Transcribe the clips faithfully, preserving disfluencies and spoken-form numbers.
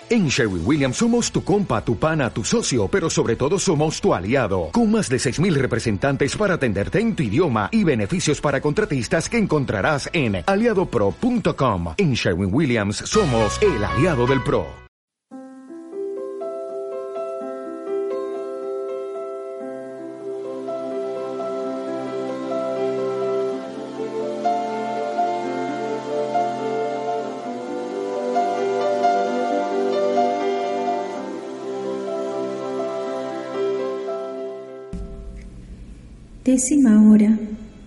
En Sherwin-Williams somos tu compa, tu pana, tu socio, pero sobre todo somos tu aliado, con más de seis mil representantes para atenderte en tu idioma y beneficios para contratistas que encontrarás en aliado pro punto com. En Sherwin-Williams somos el aliado del pro. Décima hora.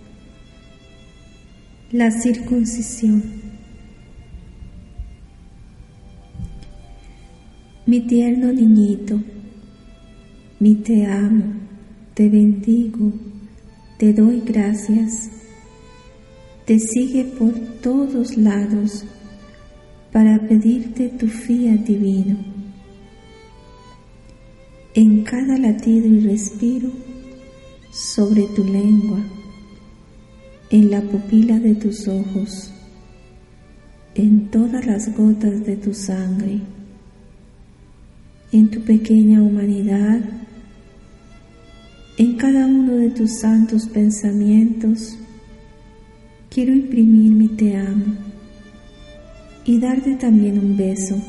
La circuncisión. Mi tierno niñito, mi te amo, te bendigo, te doy gracias, te sigue por todos lados para pedirte tu fiat divino. En cada latido y respiro, sobre tu lengua, en la pupila de tus ojos, en todas las gotas de tu sangre, en tu pequeña humanidad, en cada uno de tus santos pensamientos, quiero imprimir mi te amo y darte también un beso.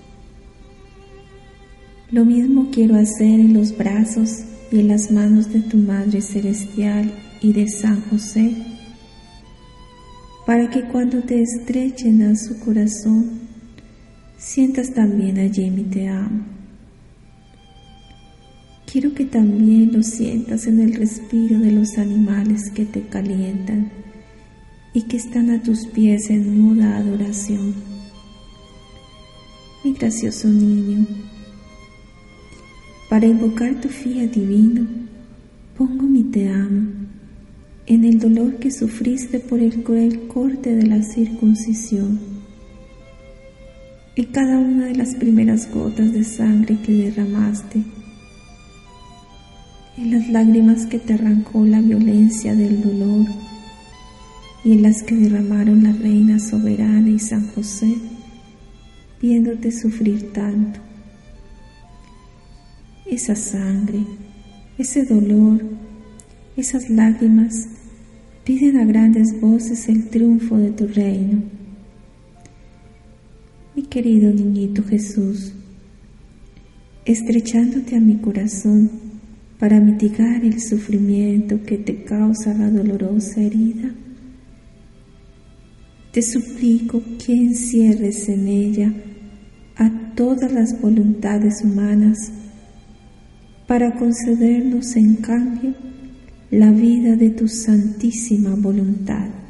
Lo mismo quiero hacer en los brazos y en las manos de tu Madre Celestial y de San José, para que cuando te estrechen a su corazón, sientas también allí mi te amo. Quiero que también lo sientas en el respiro de los animales que te calientan y que están a tus pies en muda adoración. Mi gracioso niño, para invocar tu fiat divino, pongo mi te amo en el dolor que sufriste por el cruel corte de la circuncisión, en cada una de las primeras gotas de sangre que derramaste, en las lágrimas que te arrancó la violencia del dolor y en las que derramaron la Reina Soberana y San José, viéndote sufrir tanto. Esa sangre, ese dolor, esas lágrimas piden a grandes voces el triunfo de tu reino. Mi querido niñito Jesús, estrechándote a mi corazón para mitigar el sufrimiento que te causa la dolorosa herida, te suplico que encierres en ella a todas las voluntades humanas para concedernos en cambio la vida de tu santísima voluntad.